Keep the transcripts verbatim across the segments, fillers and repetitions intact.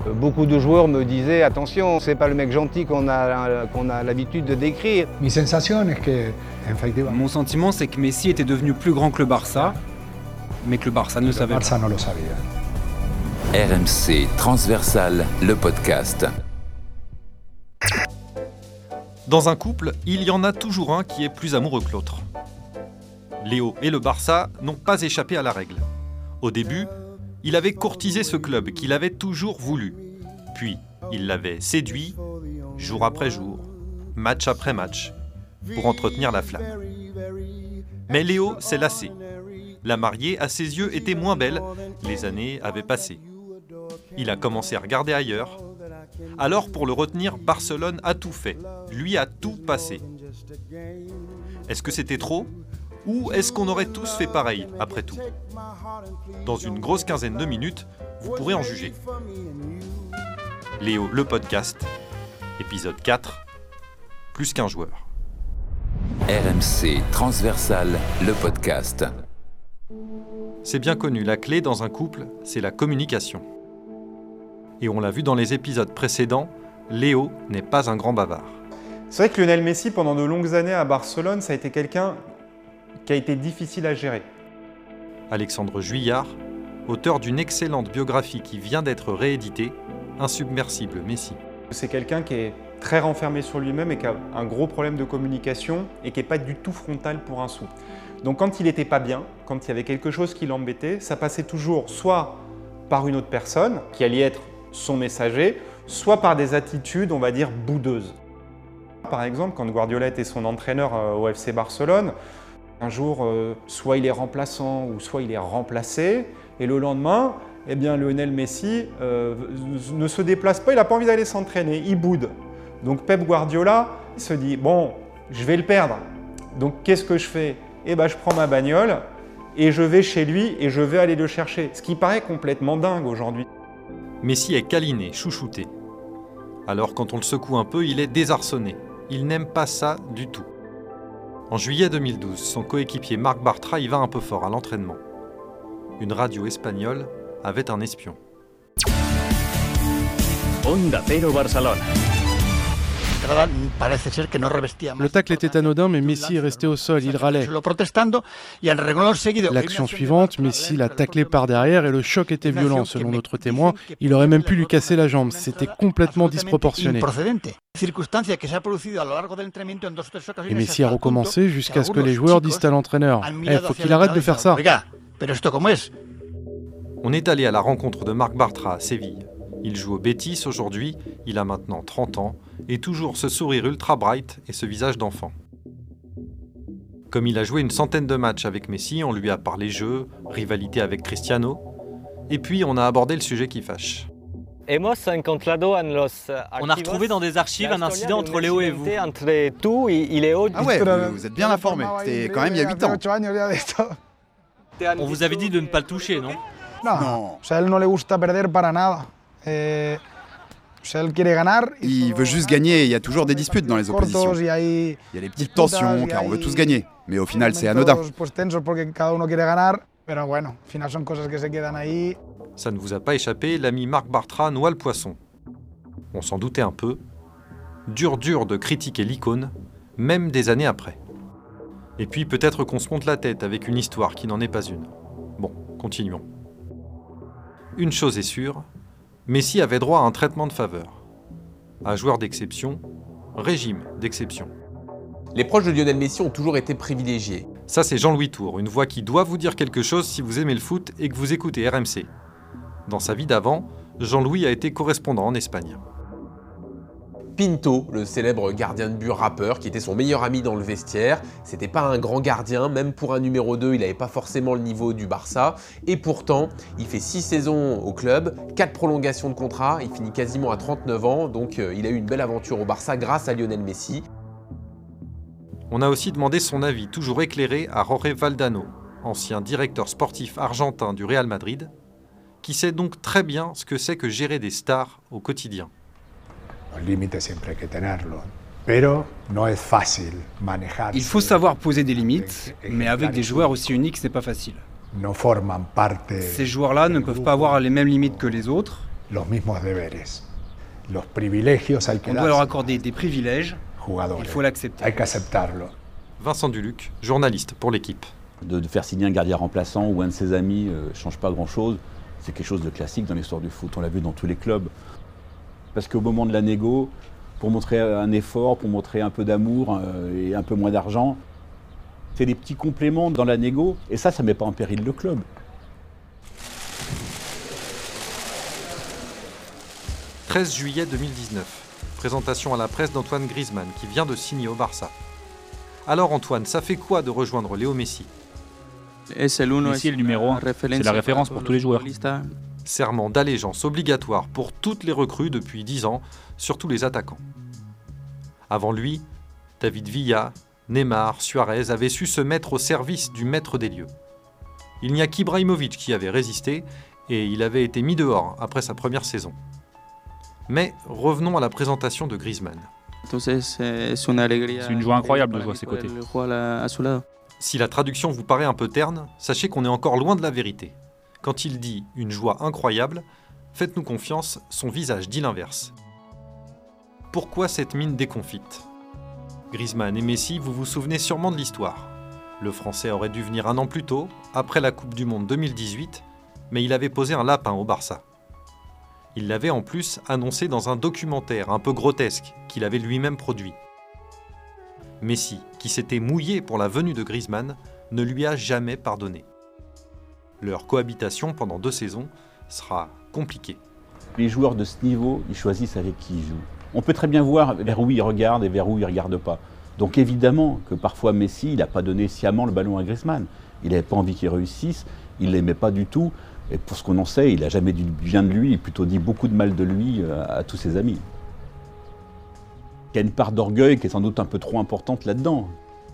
Beaucoup de joueurs me disaient attention, c'est pas le mec gentil qu'on a, qu'on a l'habitude de décrire. Mi sensación es que, effectivement, mon sentiment c'est que Messi était devenu plus grand que le Barça, mais que le Barça ne le savait Barça pas. no lo sabía. R M C Transversal, le podcast. Dans un couple, il y en a toujours un qui est plus amoureux que l'autre. Léo et le Barça n'ont pas échappé à la règle. Au début, il avait courtisé ce club qu'il avait toujours voulu. Puis, il l'avait séduit, jour après jour, match après match, pour entretenir la flamme. Mais Léo s'est lassé. La mariée, à ses yeux, était moins belle. Les années avaient passé. Il a commencé à regarder ailleurs. Alors, pour le retenir, Barcelone a tout fait. Lui a tout passé. Est-ce que c'était trop ? Ou est-ce qu'on aurait tous fait pareil, après tout ? Dans une grosse quinzaine de minutes, vous pourrez en juger. Léo, le podcast, épisode quatre, plus qu'un joueur. R M C Transversal, le podcast. C'est bien connu, la clé dans un couple, c'est la communication. Et on l'a vu dans les épisodes précédents, Léo n'est pas un grand bavard. C'est vrai que Lionel Messi, pendant de longues années à Barcelone, ça a été quelqu'un qui a été difficile à gérer. Alexandre Juillard, auteur d'une excellente biographie qui vient d'être rééditée, Insubmersible Messi. C'est quelqu'un qui est très renfermé sur lui-même et qui a un gros problème de communication et qui n'est pas du tout frontal pour un sou. Donc quand il n'était pas bien, quand il y avait quelque chose qui l'embêtait, ça passait toujours soit par une autre personne qui allait être son messager, soit par des attitudes, on va dire, boudeuses. Par exemple, quand Guardiola était son entraîneur au F C Barcelone, un jour, euh, soit il est remplaçant ou soit il est remplacé, et le lendemain, eh bien, Lionel Messi euh, ne se déplace pas, il n'a pas envie d'aller s'entraîner, il boude. Donc Pep Guardiola se dit, bon, je vais le perdre, donc qu'est-ce que je fais ? Eh bien, je prends ma bagnole et je vais chez lui et je vais aller le chercher, ce qui paraît complètement dingue aujourd'hui. Messi est câliné, chouchouté. Alors quand on le secoue un peu, il est désarçonné. Il n'aime pas ça du tout. En juillet deux mille douze, son coéquipier Marc Bartra y va un peu fort à l'entraînement. Une radio espagnole avait un espion. Onda Cero Barcelone. Le tacle était anodin, mais Messi est resté au sol, il râlait. L'action suivante, Messi l'a taclé par derrière et le choc était violent. Selon notre témoin, il aurait même pu lui casser la jambe. C'était complètement disproportionné. Et Messi a recommencé jusqu'à ce que les joueurs disent à l'entraîneur « Eh, faut qu'il arrête de faire ça !» On est allé à la rencontre de Marc Bartra à Séville. Il joue au Betis aujourd'hui, il a maintenant trente ans, et toujours ce sourire ultra bright et ce visage d'enfant. Comme il a joué une centaine de matchs avec Messi, on lui a parlé jeu, rivalité avec Cristiano, et puis on a abordé le sujet qui fâche. On a retrouvé dans des archives un incident entre Léo et vous. Ah ouais, vous, vous êtes bien informé, c'était quand même il y a huit ans. On vous avait dit de ne pas le toucher, non ? Non. Il veut juste gagner, il y a toujours des disputes dans les oppositions. Il y a des petites tensions, car on veut tous gagner. Mais au final, c'est anodin. Ça ne vous a pas échappé, l'ami Marc Bartra noie le poisson. On s'en doutait un peu. Dur, dur de critiquer l'icône, même des années après. Et puis peut-être qu'on se monte la tête avec une histoire qui n'en est pas une. Bon, continuons. Une chose est sûre, Messi avait droit à un traitement de faveur. À joueur d'exception, régime d'exception. Les proches de Lionel Messi ont toujours été privilégiés. Ça, c'est Jean-Louis Tour, une voix qui doit vous dire quelque chose si vous aimez le foot et que vous écoutez R M C. Dans sa vie d'avant, Jean-Louis a été correspondant en Espagne. Pinto, le célèbre gardien de but rappeur, qui était son meilleur ami dans le vestiaire. C'était pas un grand gardien, même pour un numéro deux, il n'avait pas forcément le niveau du Barça. Et pourtant, il fait six saisons au club, quatre prolongations de contrat, il finit quasiment à trente-neuf ans, donc euh, il a eu une belle aventure au Barça grâce à Lionel Messi. On a aussi demandé son avis, toujours éclairé, à Jorge Valdano, ancien directeur sportif argentin du Real Madrid, qui sait donc très bien ce que c'est que gérer des stars au quotidien. Il faut savoir poser des limites, mais avec des joueurs aussi uniques, c'est pas facile. Ces joueurs-là ne peuvent pas avoir les mêmes limites que les autres, los mismos deberes. Los privilegios hay que On doit leur accorder des privilèges, il faut l'accepter. Hay que aceptarlo. Vincent Duluc, journaliste pour l'équipe. De, de faire signer un gardien remplaçant ou un de ses amis ne euh, change pas grand-chose. C'est quelque chose de classique dans l'histoire du foot. On l'a vu dans tous les clubs. Parce qu'au moment de la négo, pour montrer un effort, pour montrer un peu d'amour euh, et un peu moins d'argent, c'est des petits compléments dans la négo. Et ça, ça ne met pas en péril le club. treize juillet deux mille dix-neuf. Présentation à la presse d'Antoine Griezmann qui vient de signer au Barça. Alors Antoine, ça fait quoi de rejoindre Léo Messi ? Messi est le numéro un, c'est la référence pour tous les joueurs. Serment d'allégeance obligatoire pour toutes les recrues depuis dix ans, surtout les attaquants. Avant lui, David Villa, Neymar, Suarez avaient su se mettre au service du maître des lieux. Il n'y a qu'Ibrahimovic qui avait résisté et il avait été mis dehors après sa première saison. Mais revenons à la présentation de Griezmann. C'est une joie incroyable de jouer à ses côtés. Si la traduction vous paraît un peu terne, sachez qu'on est encore loin de la vérité. Quand il dit « une joie incroyable », faites-nous confiance, son visage dit l'inverse. Pourquoi cette mine déconfite ? Griezmann et Messi, vous vous souvenez sûrement de l'histoire. Le Français aurait dû venir un an plus tôt, après la Coupe du Monde deux mille dix-huit, mais il avait posé un lapin au Barça. Il l'avait en plus annoncé dans un documentaire un peu grotesque qu'il avait lui-même produit. Messi, qui s'était mouillé pour la venue de Griezmann, ne lui a jamais pardonné. Leur cohabitation pendant deux saisons sera compliquée. Les joueurs de ce niveau, ils choisissent avec qui ils jouent. On peut très bien voir vers où ils regardent et vers où ils ne regardent pas. Donc évidemment que parfois Messi, il n'a pas donné sciemment le ballon à Griezmann. Il n'avait pas envie qu'il réussisse, il ne l'aimait pas du tout. Et pour ce qu'on en sait, il n'a jamais dit bien de lui, il a plutôt dit beaucoup de mal de lui à, à tous ses amis. Il y a une part d'orgueil qui est sans doute un peu trop importante là-dedans.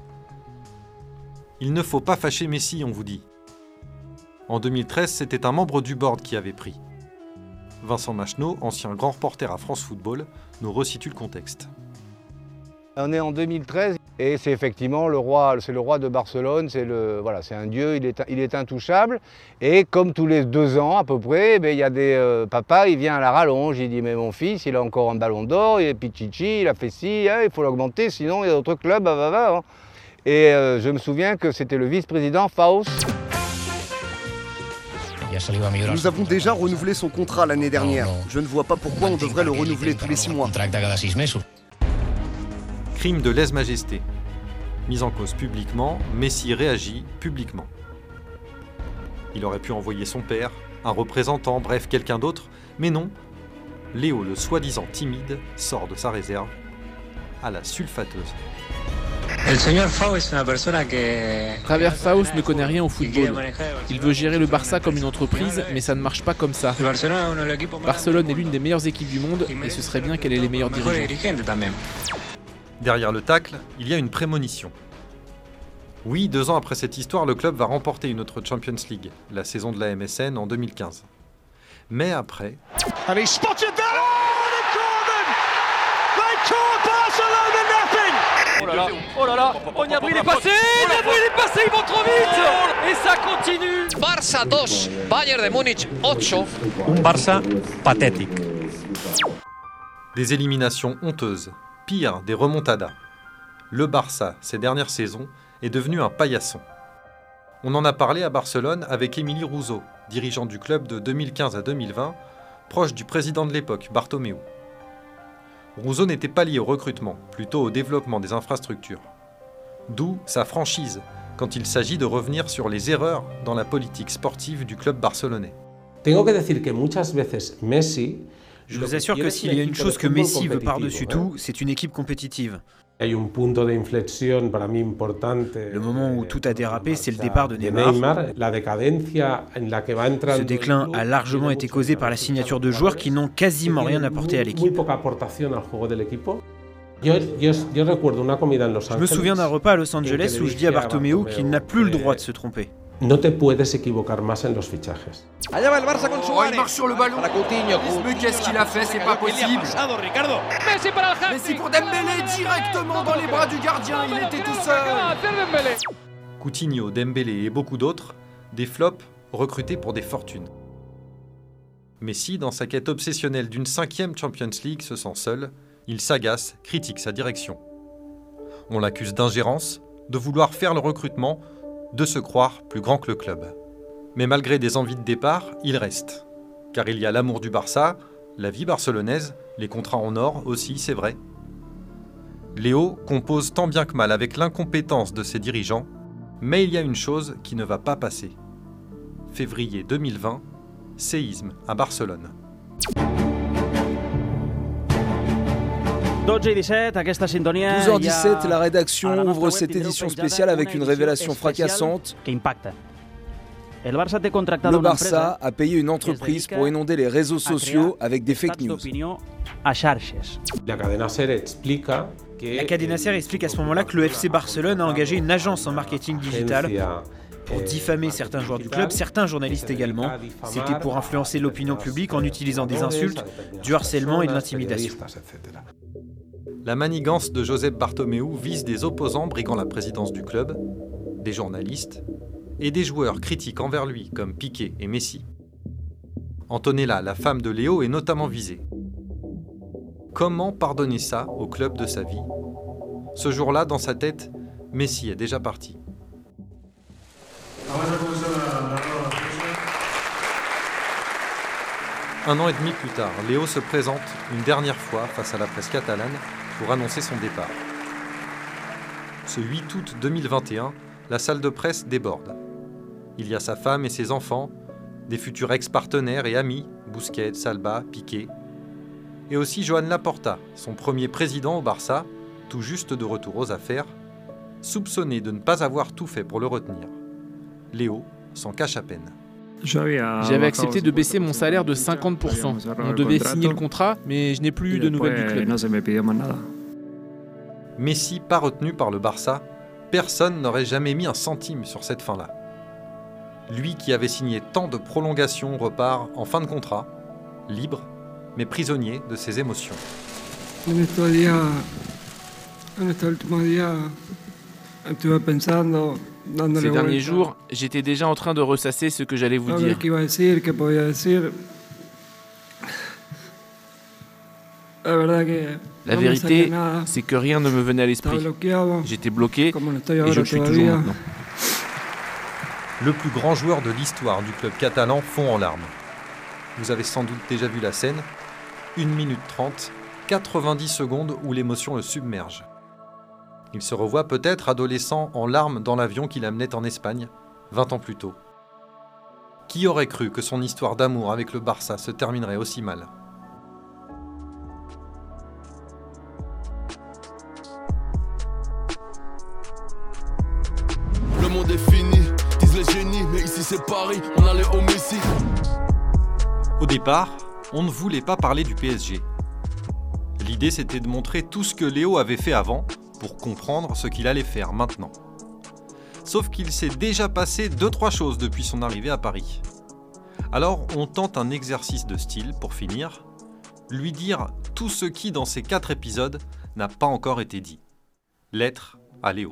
Il ne faut pas fâcher Messi, on vous dit. En deux mille treize, c'était un membre du board qui avait pris. Vincent Machenaud, ancien grand reporter à France Football, nous resitue le contexte. On est en deux mille treize et c'est effectivement le roi, c'est le roi de Barcelone, c'est le, voilà, c'est un dieu, il est, il est intouchable. Et comme tous les deux ans à peu près, il y a des euh, papas, il vient à la rallonge, il dit mais mon fils, il a encore un ballon d'or, il est Pichichi, il a fait ci, hein, il faut l'augmenter, sinon il y a d'autres clubs, bah, bah, bah, hein. Et euh, je me souviens que c'était le vice-président Faust. Nous avons déjà renouvelé son contrat l'année dernière. Je ne vois pas pourquoi on devrait le renouveler tous les six mois. Crime de lèse-majesté. Mis en cause publiquement, Messi réagit publiquement. Il aurait pu envoyer son père, un représentant, bref, quelqu'un d'autre, mais non. Léo, le soi-disant timide, sort de sa réserve à la sulfateuse. Javier Faust ne connaît rien au football. Il veut gérer le Barça comme une entreprise, mais ça ne marche pas comme ça. Barcelone est l'une des meilleures équipes du monde, et ce serait bien qu'elle ait les meilleurs dirigeants. Derrière le tacle, il y a une prémonition. Oui, deux ans après cette histoire, le club va remporter une autre Champions League, la saison de la M S N en deux mille quinze. Mais après... Oh là là, oh là là, Gnabry il est passé, Gnabry il est passé, ils vont trop vite. Et ça continue. Barça dos, Bayern de Múnich ocho. Un Barça pathétique. Des éliminations honteuses, pire, des remontadas. Le Barça, ces dernières saisons, est devenu un paillasson. On en a parlé à Barcelone avec Émilie Rousseau, dirigeant du club de deux mille quinze à deux mille vingt, proche du président de l'époque, Bartomeu. Rousseau n'était pas lié au recrutement, plutôt au développement des infrastructures. D'où sa franchise, quand il s'agit de revenir sur les erreurs dans la politique sportive du club barcelonais. Je vous assure que s'il y a une chose que Messi veut par-dessus tout, c'est une équipe compétitive. Le moment où tout a dérapé, c'est le départ de Neymar. Ce déclin a largement été causé par la signature de joueurs qui n'ont quasiment rien apporté à l'équipe. Je me souviens d'un repas à Los Angeles où je dis à Bartomeu qu'il n'a plus le droit de se tromper. No te puedes equivocar más en los fichajes. Allá va el Barça con Suárez. Oh, il marche sur le ballon. Mais qu'est-ce qu'il a fait? C'est pas possible. Messi para el Messi pour Dembélé directement dans les bras du gardien. Il était tout seul. Coutinho, Dembélé et beaucoup d'autres, des flops recrutés pour des fortunes. Messi, dans sa quête obsessionnelle d'une cinquième Champions League, se sent seul. Il s'agace, critique sa direction. On l'accuse d'ingérence, de vouloir faire le recrutement, de se croire plus grand que le club. Mais malgré des envies de départ, il reste. Car il y a l'amour du Barça, la vie barcelonaise, les contrats en or aussi, c'est vrai. Léo compose tant bien que mal avec l'incompétence de ses dirigeants, mais il y a une chose qui ne va pas passer. Février deux mille vingt, séisme à Barcelone. douze heures dix-sept, la rédaction ouvre cette édition spéciale avec une révélation fracassante. Le Barça a payé une entreprise pour inonder les réseaux sociaux avec des fake news. La cadena SER explica La Cadena SER explique à ce moment-là que le F C Barcelone a engagé une agence en marketing digital pour diffamer certains joueurs du club, certains journalistes également. C'était pour influencer l'opinion publique en utilisant des insultes, du harcèlement et de l'intimidation. La manigance de Josep Bartomeu vise des opposants briguant la présidence du club, des journalistes et des joueurs critiques envers lui comme Piqué et Messi. Antonella, la femme de Léo, est notamment visée. Comment pardonner ça au club de sa vie ? Ce jour-là, dans sa tête, Messi est déjà parti. Un an et demi plus tard, Léo se présente une dernière fois face à la presse catalane pour annoncer son départ. Ce huit août deux mille vingt et un, la salle de presse déborde. Il y a sa femme et ses enfants, des futurs ex-partenaires et amis, Busquets, Salba, Piqué, et aussi Joan Laporta, son premier président au Barça, tout juste de retour aux affaires, soupçonné de ne pas avoir tout fait pour le retenir. Léo s'en cache à peine. J'avais accepté de baisser mon salaire de cinquante pour cent. On devait signer le contrat, mais je n'ai plus eu de nouvelles du club. Messi pas retenu par le Barça, personne n'aurait jamais mis un centime sur cette fin-là. Lui qui avait signé tant de prolongations repart en fin de contrat, libre, mais prisonnier de ses émotions. Ces derniers jours, j'étais déjà en train de ressasser ce que j'allais vous dire. La vérité, c'est que rien ne me venait à l'esprit. J'étais bloqué et je le suis toujours maintenant. Le plus grand joueur de l'histoire du club catalan fond en larmes. Vous avez sans doute déjà vu la scène. une minute trente, quatre-vingt-dix secondes où l'émotion le submerge. Il se revoit peut-être adolescent en larmes dans l'avion qui l'amenait en Espagne, vingt ans plus tôt. Qui aurait cru que son histoire d'amour avec le Barça se terminerait aussi mal ? Le monde est fini, disent les génies, mais ici c'est Paris, on allait au Messi. Au départ, on ne voulait pas parler du P S G. L'idée c'était de montrer tout ce que Léo avait fait avant pour comprendre ce qu'il allait faire maintenant. Sauf qu'il s'est déjà passé deux trois choses depuis son arrivée à Paris. Alors on tente un exercice de style pour finir, lui dire tout ce qui dans ces quatre épisodes n'a pas encore été dit. Lettre à Léo.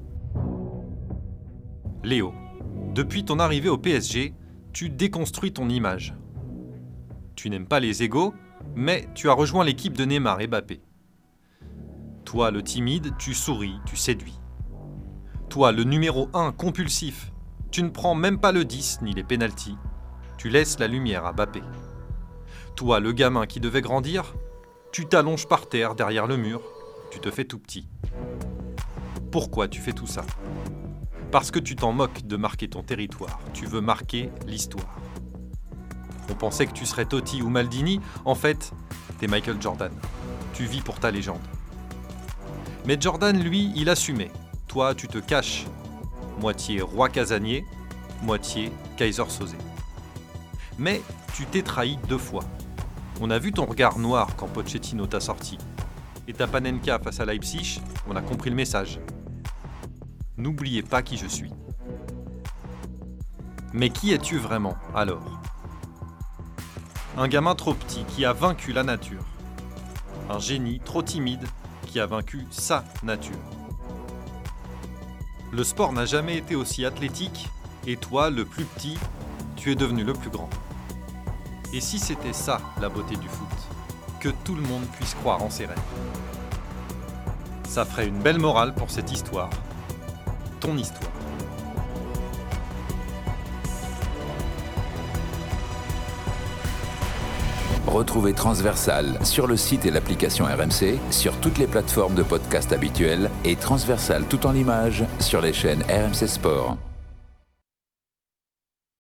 Léo, depuis ton arrivée au P S G, tu déconstruis ton image. Tu n'aimes pas les égos, mais tu as rejoint l'équipe de Neymar et Mbappé. Toi, le timide, tu souris, tu séduis. Toi, le numéro un compulsif, tu ne prends même pas le dix ni les pénaltys. Tu laisses la lumière à Mbappé. Toi, le gamin qui devait grandir, tu t'allonges par terre derrière le mur, tu te fais tout petit. Pourquoi tu fais tout ça ? Parce que tu t'en moques de marquer ton territoire, tu veux marquer l'histoire. On pensait que tu serais Totti ou Maldini, en fait, t'es Michael Jordan. Tu vis pour ta légende. Mais Jordan, lui, il assumait. Toi, tu te caches. Moitié roi casanier, moitié Kaiser Sosé. Mais tu t'es trahi deux fois. On a vu ton regard noir quand Pochettino t'a sorti. Et ta Panenka face à Leipzig, on a compris le message. N'oubliez pas qui je suis. Mais qui es-tu vraiment, alors ? Un gamin trop petit qui a vaincu la nature. Un génie trop timide qui a vaincu sa nature. Le sport n'a jamais été aussi athlétique, et toi, le plus petit, tu es devenu le plus grand. Et si c'était ça, la beauté du foot? Que tout le monde puisse croire en ses rêves. Ça ferait une belle morale pour cette histoire. Ton histoire. Retrouvez Transversal sur le site et l'application R M C, sur toutes les plateformes de podcast habituelles et Transversal tout en images sur les chaînes R M C Sport.